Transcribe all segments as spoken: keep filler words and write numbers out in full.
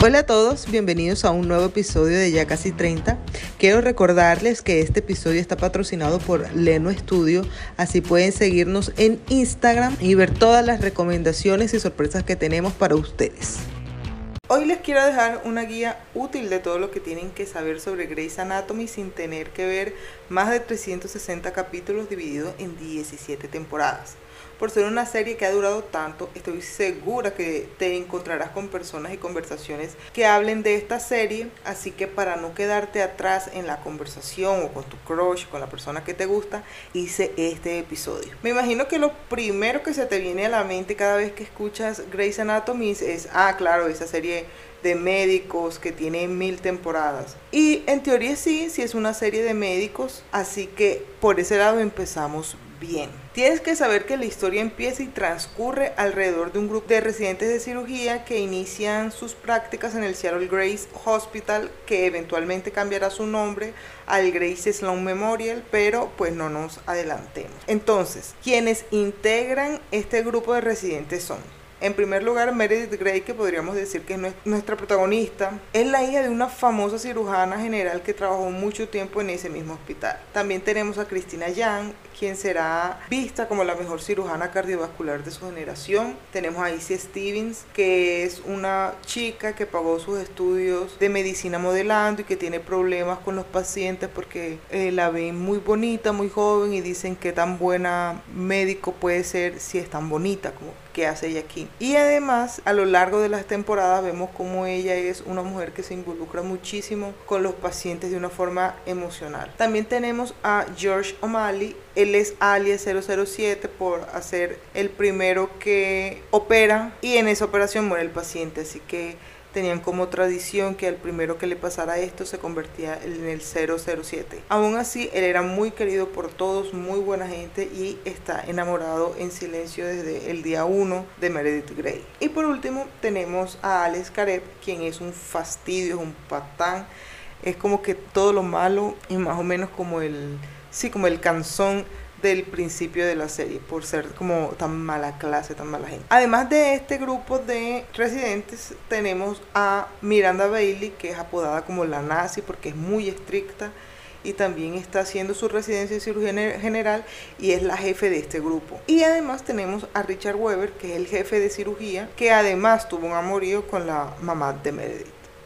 Hola a todos, bienvenidos a un nuevo episodio de Ya Casi treinta. Quiero recordarles que este episodio está patrocinado por Leno Studio, así pueden seguirnos en Instagram y ver todas las recomendaciones y sorpresas que tenemos para ustedes. Hoy les quiero dejar una guía útil de todo lo que tienen que saber sobre Grey's Anatomy sin tener que ver más de trescientos sesenta capítulos divididos en diecisiete temporadas. Por ser una serie que ha durado tanto, estoy segura que te encontrarás con personas y conversaciones que hablen de esta serie, así que para no quedarte atrás en la conversación o con tu crush, con la persona que te gusta, hice este episodio. Me imagino que lo primero que se te viene a la mente cada vez que escuchas Grey's Anatomy es, ah, claro, esa serie de médicos que tiene mil temporadas. Y en teoría sí, sí es una serie de médicos, así que por ese lado empezamos bien. Tienes que saber que la historia empieza y transcurre alrededor de un grupo de residentes de cirugía que inician sus prácticas en el Seattle Grace Hospital, que eventualmente cambiará su nombre al Grace Sloan Memorial, pero pues no nos adelantemos. Entonces, quienes integran este grupo de residentes son: en primer lugar, Meredith Grey, que podríamos decir que es nuestra protagonista, es la hija de una famosa cirujana general que trabajó mucho tiempo en ese mismo hospital. También tenemos a Christina Yang, quien será vista como la mejor cirujana cardiovascular de su generación. Tenemos a Izzy Stevens, que es una chica que pagó sus estudios de medicina modelando y que tiene problemas con los pacientes porque eh, la ven muy bonita, muy joven, y dicen que tan buena médico puede ser si es tan bonita, como que hace ella aquí. Y además, a lo largo de las temporadas vemos como ella es una mujer que se involucra muchísimo con los pacientes de una forma emocional. También tenemos a George O'Malley. Él es alias cero cero siete por hacer el primero que opera, y en esa operación muere el paciente, así que tenían como tradición que al primero que le pasara esto se convertía en el cero cero siete. Aún así, él era muy querido por todos, muy buena gente, y está enamorado en silencio desde el día uno de Meredith Grey. Y por último tenemos a Alex Karev, quien es un fastidio, es un patán, es como que todo lo malo y más o menos como el, sí, como el canzón del principio de la serie, por ser como tan mala clase, tan mala gente. Además de este grupo de residentes, tenemos a Miranda Bailey, que es apodada como la nazi porque es muy estricta y también está haciendo su residencia en cirugía general y es la jefe de este grupo. Y además tenemos a Richard Weber, que es el jefe de cirugía, que además tuvo un amorío con la mamá de Meredith.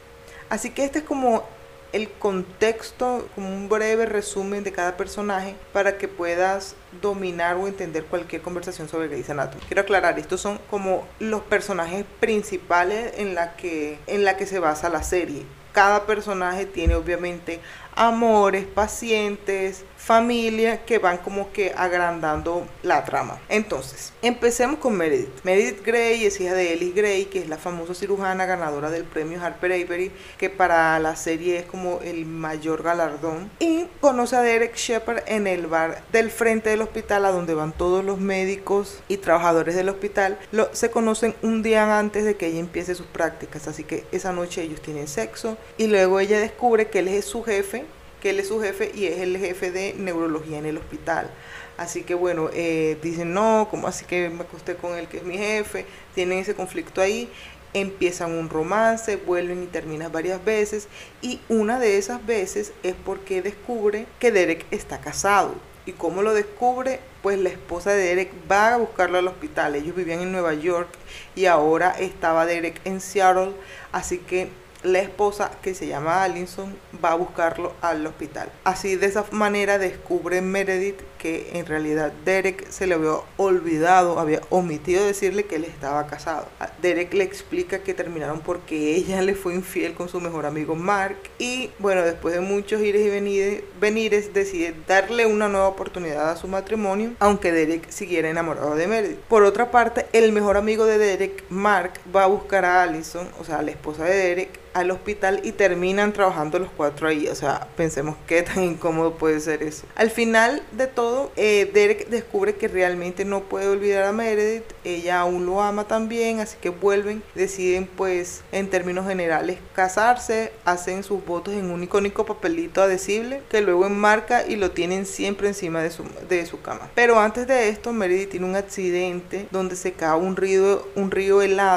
Así que este es como el contexto, como un breve resumen de cada personaje para que puedas dominar o entender cualquier conversación sobre Grey's Anatomy. Quiero aclarar, estos son como los personajes principales en la que, en la que se basa la serie. Cada personaje tiene obviamente amores, pacientes, familia, que van como que agrandando la trama. Entonces, empecemos con Meredith. Meredith Grey es hija de Ellis Grey, que es la famosa cirujana ganadora del premio Harper Avery, que para la serie es como el mayor galardón, y conoce a Derek Shepherd en el bar del frente del hospital, a donde van todos los médicos y trabajadores del hospital. Lo, se conocen un día antes de que ella empiece sus prácticas, así que esa noche ellos tienen sexo, y luego ella descubre que él es su jefe, que él es su jefe y es el jefe de neurología en el hospital. Así que bueno, eh, dicen, no, ¿cómo así que me acosté con él que es mi jefe? Tienen ese conflicto ahí, empiezan un romance, vuelven y terminan varias veces, y una de esas veces es porque descubre que Derek está casado. ¿Y cómo lo descubre? Pues la esposa de Derek va a buscarlo al hospital. Ellos vivían en Nueva York y ahora estaba Derek en Seattle, así que la esposa, que se llama Allison, va a buscarlo al hospital. Así, de esa manera descubre Meredith que en realidad Derek se le había olvidado, había omitido decirle que él estaba casado. Derek le explica que terminaron porque ella le fue infiel con su mejor amigo Mark, y bueno, después de muchos ires y venires, venires decide darle una nueva oportunidad a su matrimonio, aunque Derek siguiera enamorado de Meredith. Por otra parte, el mejor amigo de Derek, Mark, va a buscar a Allison, o sea, la esposa de Derek, al hospital, y terminan trabajando los cuatro ahí. O sea, pensemos qué tan incómodo puede ser eso. Al final de todo, eh, Derek descubre que realmente no puede olvidar a Meredith, ella aún lo ama también, así que vuelven, deciden pues en términos generales casarse, hacen sus votos en un icónico papelito adhesible que luego enmarca y lo tienen siempre encima de su, de su cama. Pero antes de esto, Meredith tiene un accidente donde se cae un río, un río helado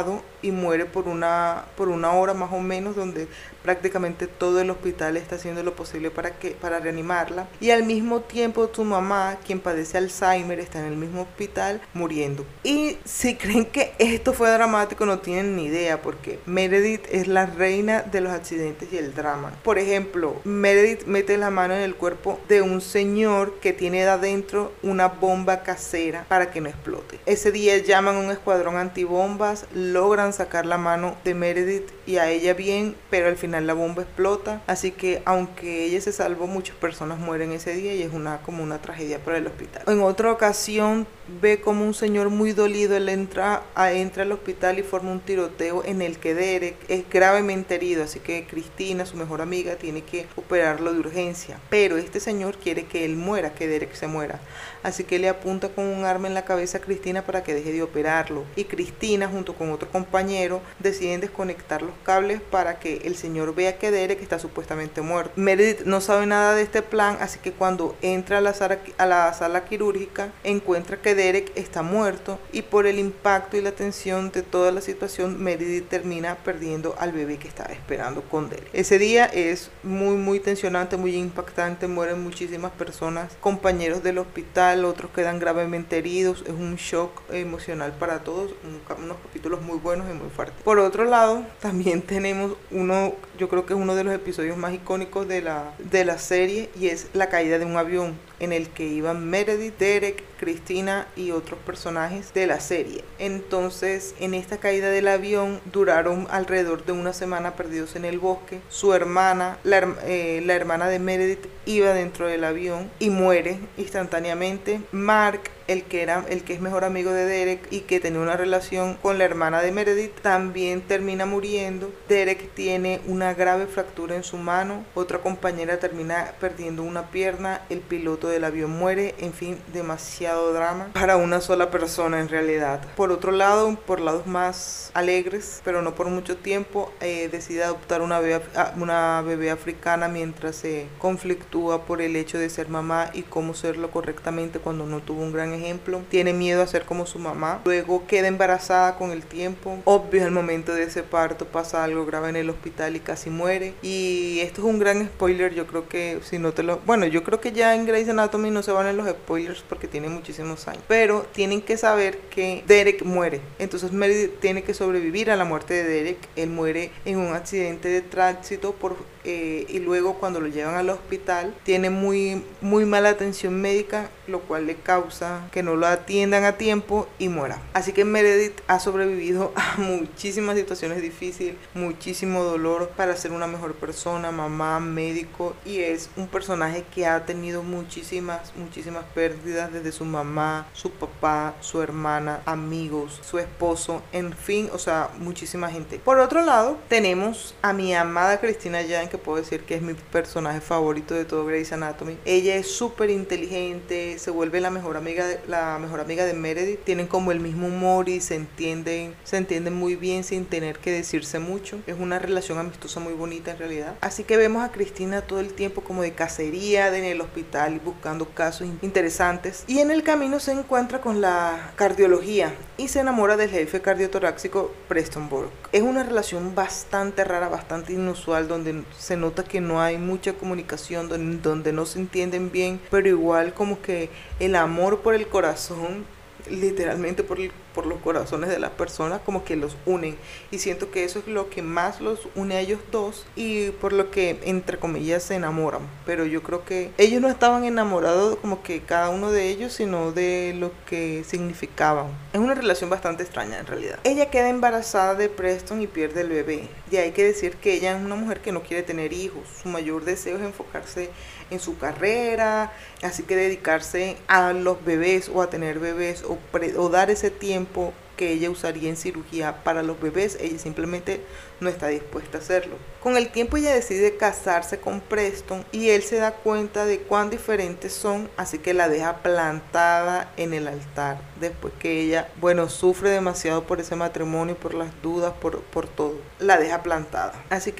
y muere por una, por una hora más o menos, donde prácticamente todo el hospital está haciendo lo posible para, que, para reanimarla. Y al mismo tiempo tu mamá, quien padece Alzheimer, está en el mismo hospital muriendo. Y si creen que esto fue dramático, no tienen ni idea, porque Meredith es la reina de los accidentes y el drama. Por ejemplo, Meredith mete la mano en el cuerpo de un señor que tiene adentro una bomba casera para que no explote. Ese día llaman a un escuadrón antibombas, logran sacar la mano de Meredith y a ella bien, pero al final la bomba explota, así que aunque ella se salvó, muchas personas mueren ese día y es una como una tragedia para el hospital. En otra ocasión ve como un señor muy dolido, él entra, a, entra al hospital y forma un tiroteo en el que Derek es gravemente herido, así que Cristina, su mejor amiga, tiene que operarlo de urgencia, pero este señor quiere que él muera, que Derek se muera, así que le apunta con un arma en la cabeza a Cristina para que deje de operarlo, y Cristina junto con otro compañero deciden desconectar los cables para que el señor vea que Derek está supuestamente muerto. Meredith no sabe nada de este plan, así que cuando entra a la sala, a la sala quirúrgica encuentra que Derek está muerto, y por el impacto y la tensión de toda la situación, Meredith termina perdiendo al bebé que estaba esperando con Derek. Ese día es muy muy tensionante, muy impactante, mueren muchísimas personas, compañeros del hospital, otros quedan gravemente heridos, es un shock emocional para todos, un, unos capítulos muy buenos y muy fuertes. Por otro lado, también tenemos uno, yo creo que es uno de los episodios más icónicos de la, de la serie, y es la caída de un avión en el que iban Meredith, Derek, Cristina y otros personajes de la serie. Entonces, en esta caída del avión duraron alrededor de una semana perdidos en el bosque. Su hermana, la, eh, la hermana de Meredith, iba dentro del avión y muere instantáneamente. Mark, el que era el que es mejor amigo de Derek y que tenía una relación con la hermana de Meredith, también termina muriendo. Derek tiene una grave fractura en su mano, otra compañera termina perdiendo una pierna, el piloto del avión muere, en fin, demasiado drama para una sola persona en realidad. Por otro lado, por lados más alegres, pero no por mucho tiempo, eh, decide adoptar una bebé, una bebé africana mientras se conflictúa por el hecho de ser mamá y cómo serlo correctamente cuando no tuvo un gran ejemplo. Tiene miedo a ser como su mamá. Luego queda embarazada con el tiempo. Obvio, al momento de ese parto pasa algo grave en el hospital y casi muere. Y esto es un gran spoiler. Yo creo que si no te lo... Bueno, yo creo que ya en Grey's Anatomy no se van en los spoilers porque tiene muchísimos años. Pero tienen que saber que Derek muere. Entonces Meredith tiene que sobrevivir a la muerte de Derek. Él muere en un accidente de tránsito por... Eh, y luego cuando lo llevan al hospital tiene muy, muy mala atención médica, lo cual le causa que no lo atiendan a tiempo y muera. Así que Meredith ha sobrevivido a muchísimas situaciones difíciles, muchísimo dolor para ser una mejor persona, mamá, médico, y es un personaje que ha tenido muchísimas, muchísimas pérdidas, desde su mamá, su papá, su hermana, amigos, su esposo, en fin, o sea, muchísima gente. Por otro lado, tenemos a mi amada Cristina Yang, que puedo decir que es mi personaje favorito de todo Grey's Anatomy. Ella es súper inteligente, se vuelve la mejor amiga de, la mejor amiga de Meredith, tienen como el mismo humor y se entienden, se entienden muy bien sin tener que decirse mucho. Es una relación amistosa muy bonita en realidad. Así que vemos a Cristina todo el tiempo como de cacería de en el hospital buscando casos interesantes, y en el camino se encuentra con la cardiología y se enamora del jefe cardiotoráxico Preston Burke. Es una relación bastante rara, bastante inusual, donde se nota que no hay mucha comunicación, donde, donde no se entienden bien, pero igual como que el amor por el corazón, literalmente por, el, por los corazones de las personas, como que los unen, y siento que eso es lo que más los une a ellos dos y por lo que entre comillas se enamoran. Pero yo creo que ellos no estaban enamorados como que cada uno de ellos, sino de lo que significaban. Es una relación bastante extraña en realidad. Ella queda embarazada de Preston y pierde el bebé, y hay que decir que ella es una mujer que no quiere tener hijos. Su mayor deseo es enfocarse en su carrera, así que dedicarse a los bebés o a tener bebés o, pre, o dar ese tiempo que ella usaría en cirugía para los bebés, ella simplemente no está dispuesta a hacerlo. Con el tiempo ella decide casarse con Preston y él se da cuenta de cuán diferentes son, así que la deja plantada en el altar, después que ella, bueno, sufre demasiado por ese matrimonio, por las dudas, por, por todo, la deja plantada. Así que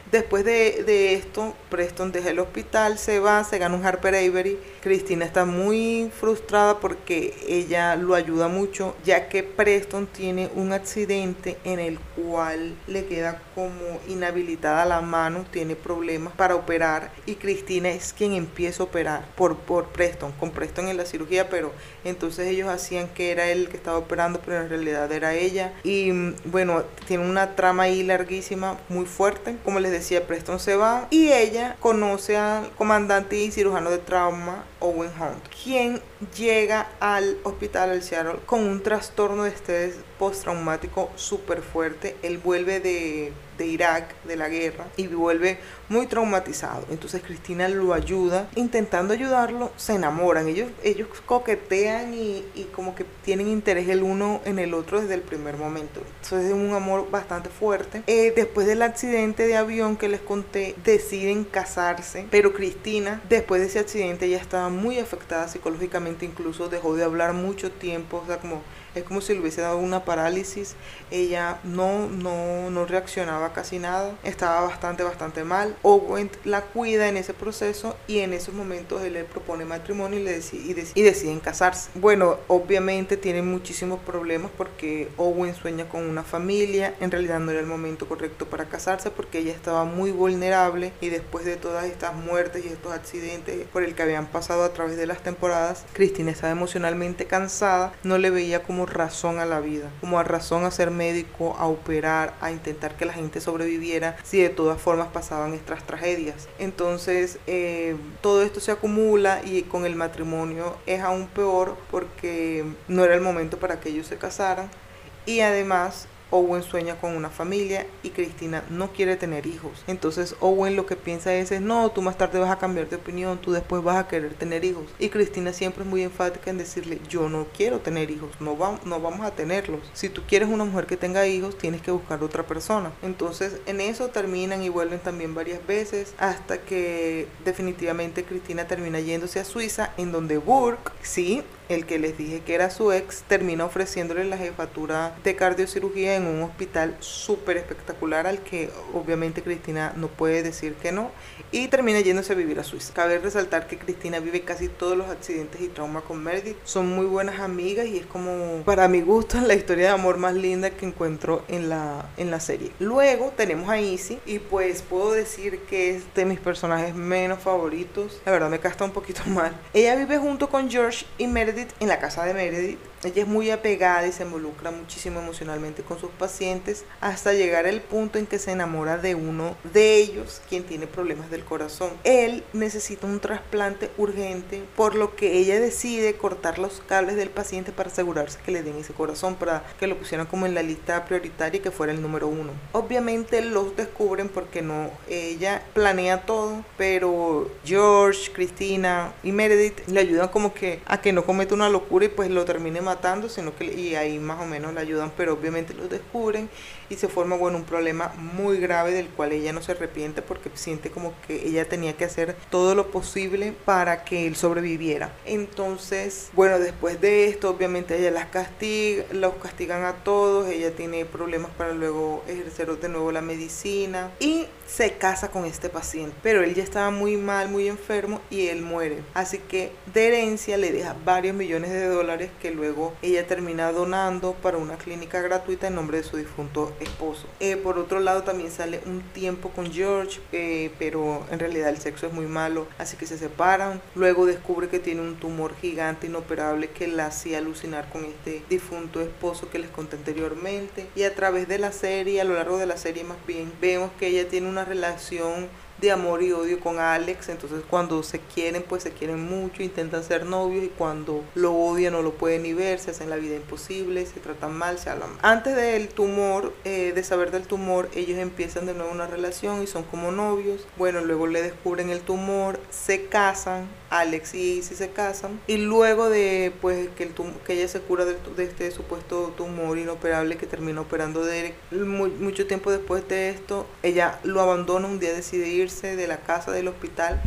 Después de, de esto, Preston deja el hospital, se va, se gana un Harper Avery. Cristina está muy frustrada porque ella lo ayuda mucho, ya que Preston tiene un accidente en el cual le queda como inhabilitada la mano, tiene problemas para operar y Cristina es quien empieza a operar por, por Preston, con Preston en la cirugía, pero entonces ellos hacían que era él que estaba operando, pero en realidad era ella. Y bueno, tiene una trama ahí larguísima, muy fuerte. Como les decía, Preston se va y ella conoce al comandante y cirujano de trauma Owen Hunt, quien llega al hospital al Seattle con un trastorno de estrés postraumático súper fuerte. Él vuelve de, de Irak, de la guerra, y vuelve muy traumatizado. Entonces Cristina lo ayuda, intentando ayudarlo, se enamoran. Ellos, ellos coquetean y, y como que tienen interés el uno en el otro desde el primer momento. Entonces es un amor bastante fuerte. Eh, después del accidente de avión que les conté, deciden casarse, pero Cristina, después de ese accidente, ya estaba muy afectada psicológicamente, incluso dejó de hablar mucho tiempo, o sea, como es como si le hubiese dado una parálisis. Ella no, no, no reaccionaba casi nada, estaba bastante, bastante mal. Owen la cuida en ese proceso y en esos momentos él le propone matrimonio y, le decide, y, dec- y deciden casarse. Bueno, obviamente tienen muchísimos problemas porque Owen sueña con una familia, en realidad no era el momento correcto para casarse porque ella estaba muy vulnerable y después de todas estas muertes y estos accidentes por el que habían pasado a través de las temporadas, Cristina estaba emocionalmente cansada, no le veía como razón a la vida, como a razón a ser médico, a operar, a intentar que la gente sobreviviera si de todas formas pasaban estas tragedias. Entonces eh, todo esto se acumula y con el matrimonio es aún peor porque no era el momento para que ellos se casaran y además Owen sueña con una familia y Cristina no quiere tener hijos. Entonces Owen lo que piensa es, es no, tú más tarde vas a cambiar de opinión, tú después vas a querer tener hijos. Y Cristina siempre es muy enfática en decirle, yo no quiero tener hijos, no, va, no vamos a tenerlos. Si tú quieres una mujer que tenga hijos, tienes que buscar otra persona. Entonces en eso terminan y vuelven también varias veces hasta que definitivamente Cristina termina yéndose a Suiza, en donde Burke, sí, el que les dije que era su ex, termina ofreciéndole la jefatura de cardiocirugía en un hospital súper espectacular al que obviamente Cristina no puede decir que no y termina yéndose a vivir a Suiza. Cabe resaltar que Cristina vive casi todos los accidentes y trauma con Meredith, son muy buenas amigas y es como, para mi gusto, la historia de amor más linda que encuentro en la, en la serie. Luego tenemos a Izzy y pues puedo decir que es de mis personajes menos favoritos, la verdad me casta un poquito mal. Ella vive junto con George y Meredith en la casa de Meredith. Ella es muy apegada y se involucra muchísimo emocionalmente con sus pacientes hasta llegar al punto en que se enamora de uno de ellos, quien tiene problemas del corazón. Él necesita un trasplante urgente, por lo que ella decide cortar los cables del paciente para asegurarse que le den ese corazón, para que lo pusieran como en la lista prioritaria y que fuera el número uno. Obviamente los descubren porque no, ella planea todo, pero George, Cristina y Meredith le ayudan como que a que no cometa una locura y pues lo termine matando, sino que y ahí más o menos la ayudan, pero obviamente los descubren y se forma, bueno, un problema muy grave del cual ella no se arrepiente porque siente como que ella tenía que hacer todo lo posible para que él sobreviviera. Entonces, bueno, después de esto obviamente ella las castiga, los castigan a todos, ella tiene problemas para luego ejercer de nuevo la medicina y se casa con este paciente, pero él ya estaba muy mal, muy enfermo y él muere, así que de herencia le deja varios millones de dólares que luego ella termina donando para una clínica gratuita en nombre de su difunto esposo. Eh, por otro lado también sale un tiempo con George, eh, pero en realidad el sexo es muy malo, así que se separan. Luego descubre que tiene un tumor gigante inoperable que la hacía alucinar con este difunto esposo que les conté anteriormente, y a través de la serie, a lo largo de la serie más bien, vemos que ella tiene una relación de amor y odio con Alex. Entonces cuando se quieren pues se quieren mucho, intentan ser novios, y cuando lo odian no lo pueden ni ver, se hacen la vida imposible, se tratan mal, se hablan. Antes del tumor, eh, de saber del tumor, ellos empiezan de nuevo una relación y son como novios. Bueno, luego le descubren el tumor, se casan, Alex y Izzy se casan, y luego de pues que, el tum que ella se cura de, de este supuesto tumor inoperable que termina operando Derek, muy, mucho tiempo después de esto ella lo abandona, un día decide irse de la casa, del hospital.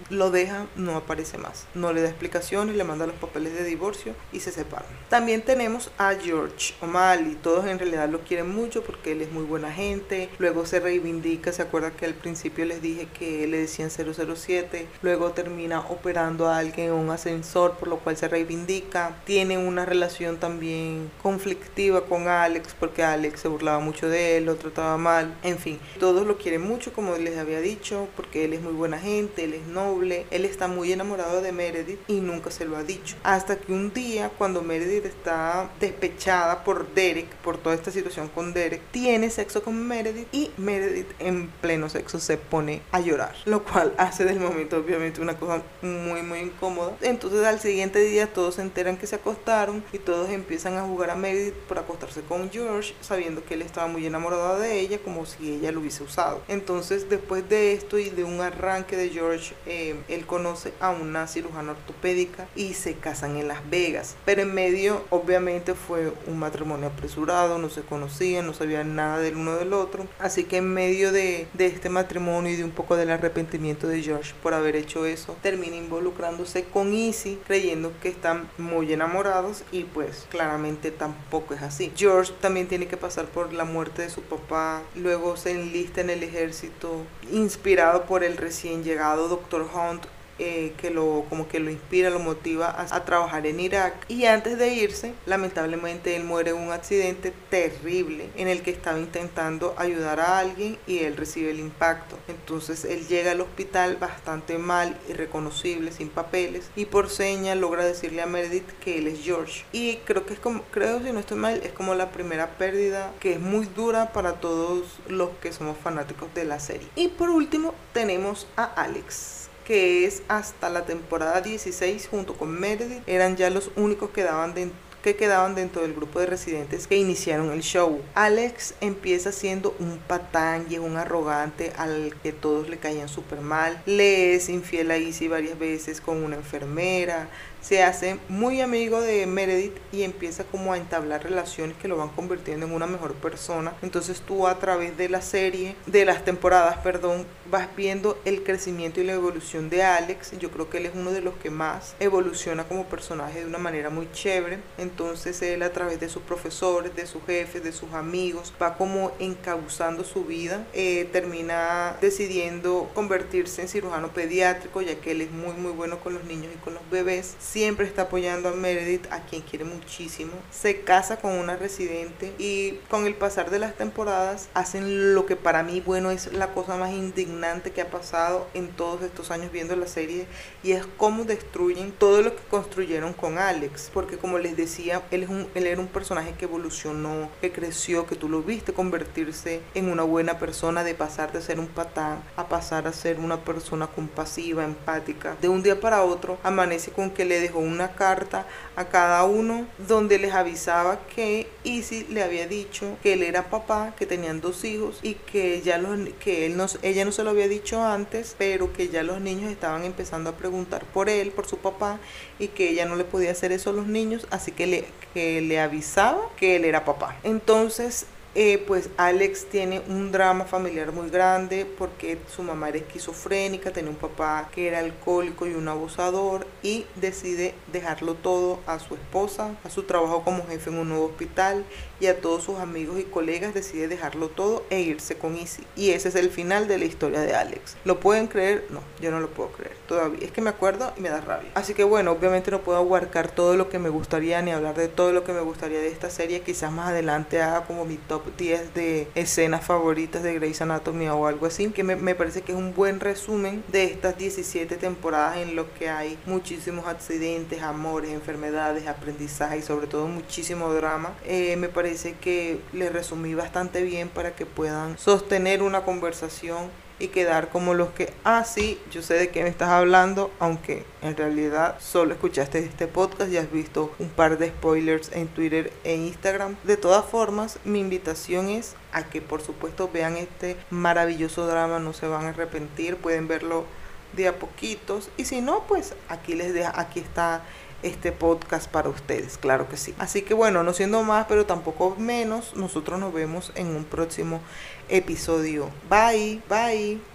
lo deja, no aparece más, no le da explicaciones, le manda los papeles de divorcio y se separan. También tenemos a George O'Malley. Todos en realidad lo quieren mucho porque él es muy buena gente, luego se reivindica. Se acuerda que al principio les dije que le decían cero cero siete, luego termina operando a alguien en un ascensor, por lo cual se reivindica. Tiene una relación también conflictiva con Alex porque Alex se burlaba mucho de él, lo trataba mal, en fin, todos lo quieren mucho, como les había dicho, porque él es muy buena gente, él es noble, él está muy enamorado de Meredith y nunca se lo ha dicho, hasta que un día, cuando Meredith está despechada por Derek, por toda esta situación con Derek, tiene sexo con Meredith y Meredith en pleno sexo se pone a llorar, lo cual hace del momento obviamente una cosa muy muy incómoda. Entonces al siguiente día todos se enteran que se acostaron y todos empiezan a jugar a Meredith por acostarse con George, sabiendo que él estaba muy enamorado de ella, como si ella lo hubiese usado. Entonces después de esto y de un arranque de George, eh, él conoce a una cirujana ortopédica y se casan en Las Vegas, pero en medio obviamente fue un matrimonio apresurado, no se conocían, no sabían nada del uno del otro, así que en medio de, de este matrimonio y de un poco del arrepentimiento de George por haber hecho eso, termina involucrándose con Izzy, creyendo que están muy enamorados y pues claramente tampoco es así. George también tiene que pasar por la muerte de su papá, luego se enlista en el ejército, inspirado por el recién llegado doctor Hunt, Eh, que lo como que lo inspira, lo motiva a, a trabajar en Irak, y antes de irse lamentablemente él muere en un accidente terrible en el que estaba intentando ayudar a alguien y él recibe el impacto. Entonces él llega al hospital bastante mal, irreconocible, sin papeles, y por señas logra decirle a Meredith que él es George, y creo que es como, creo si no estoy mal, es como la primera pérdida que es muy dura para todos los que somos fanáticos de la serie. Y por último tenemos a Alex, que es hasta la temporada dieciséis junto con Meredith, eran ya los únicos que daban de que quedaban dentro del grupo de residentes que iniciaron el show. Alex empieza siendo un patán y es un arrogante al que todos le caían súper mal, le es infiel a Izzy varias veces con una enfermera, se hace muy amigo de Meredith y empieza como a entablar relaciones que lo van convirtiendo en una mejor persona. Entonces tú a través de la serie, de las temporadas, perdón, vas viendo el crecimiento y la evolución de Alex. Yo creo que él es uno de los que más evoluciona como personaje de una manera muy chévere. Entonces él a través de sus profesores, de sus jefes, de sus amigos, va como encauzando su vida, eh, termina decidiendo convertirse en cirujano pediátrico, ya que él es muy muy bueno con los niños y con los bebés. Siempre está apoyando a Meredith, a quien quiere muchísimo. Se casa con una residente y con el pasar de las temporadas hacen lo que para mí, bueno, es la cosa más indignante que ha pasado en todos estos años viendo la serie, y es cómo destruyen todo lo que construyeron con Alex, porque como les decía, él, es un, él era un personaje que evolucionó, que creció, que tú lo viste convertirse en una buena persona, de pasar de ser un patán a pasar a ser una persona compasiva, empática. De un día para otro amanece con que le dejó una carta a cada uno donde les avisaba que Izzy le había dicho que él era papá, que tenían dos hijos y que ya los que él no, ella no se lo había dicho antes, pero que ya los niños estaban empezando a preguntar por él, por su papá, y que ella no le podía hacer eso a los niños, así que le, que le avisaba que él era papá. Entonces Eh, pues Alex tiene un drama familiar muy grande porque su mamá era esquizofrénica, tenía un papá que era alcohólico y un abusador, y decide dejarlo todo a su esposa, a su trabajo como jefe en un nuevo hospital y a todos sus amigos y colegas, decide dejarlo todo e irse con Izzy. Y ese es el final de la historia de Alex. ¿Lo pueden creer? No, yo no lo puedo creer todavía. Es que me acuerdo y me da rabia. Así que bueno, obviamente no puedo abarcar todo lo que me gustaría ni hablar de todo lo que me gustaría de esta serie. Quizás más adelante haga como mi top diez de escenas favoritas de Grey's Anatomy o algo así, que me, me parece que es un buen resumen de estas diecisiete temporadas en lo que hay muchísimos accidentes, amores, enfermedades, aprendizaje y sobre todo muchísimo drama. Eh, me parece que les resumí bastante bien para que puedan sostener una conversación y quedar como los que, ah sí, yo sé de qué me estás hablando, aunque en realidad solo escuchaste este podcast y has visto un par de spoilers en Twitter e Instagram. De todas formas, mi invitación es a que por supuesto vean este maravilloso drama, no se van a arrepentir, pueden verlo de a poquitos, y si no, pues aquí les deja, aquí está este podcast para ustedes, claro que sí. Así que bueno, no siendo más pero tampoco menos, nosotros nos vemos en un próximo episodio. Bye, bye.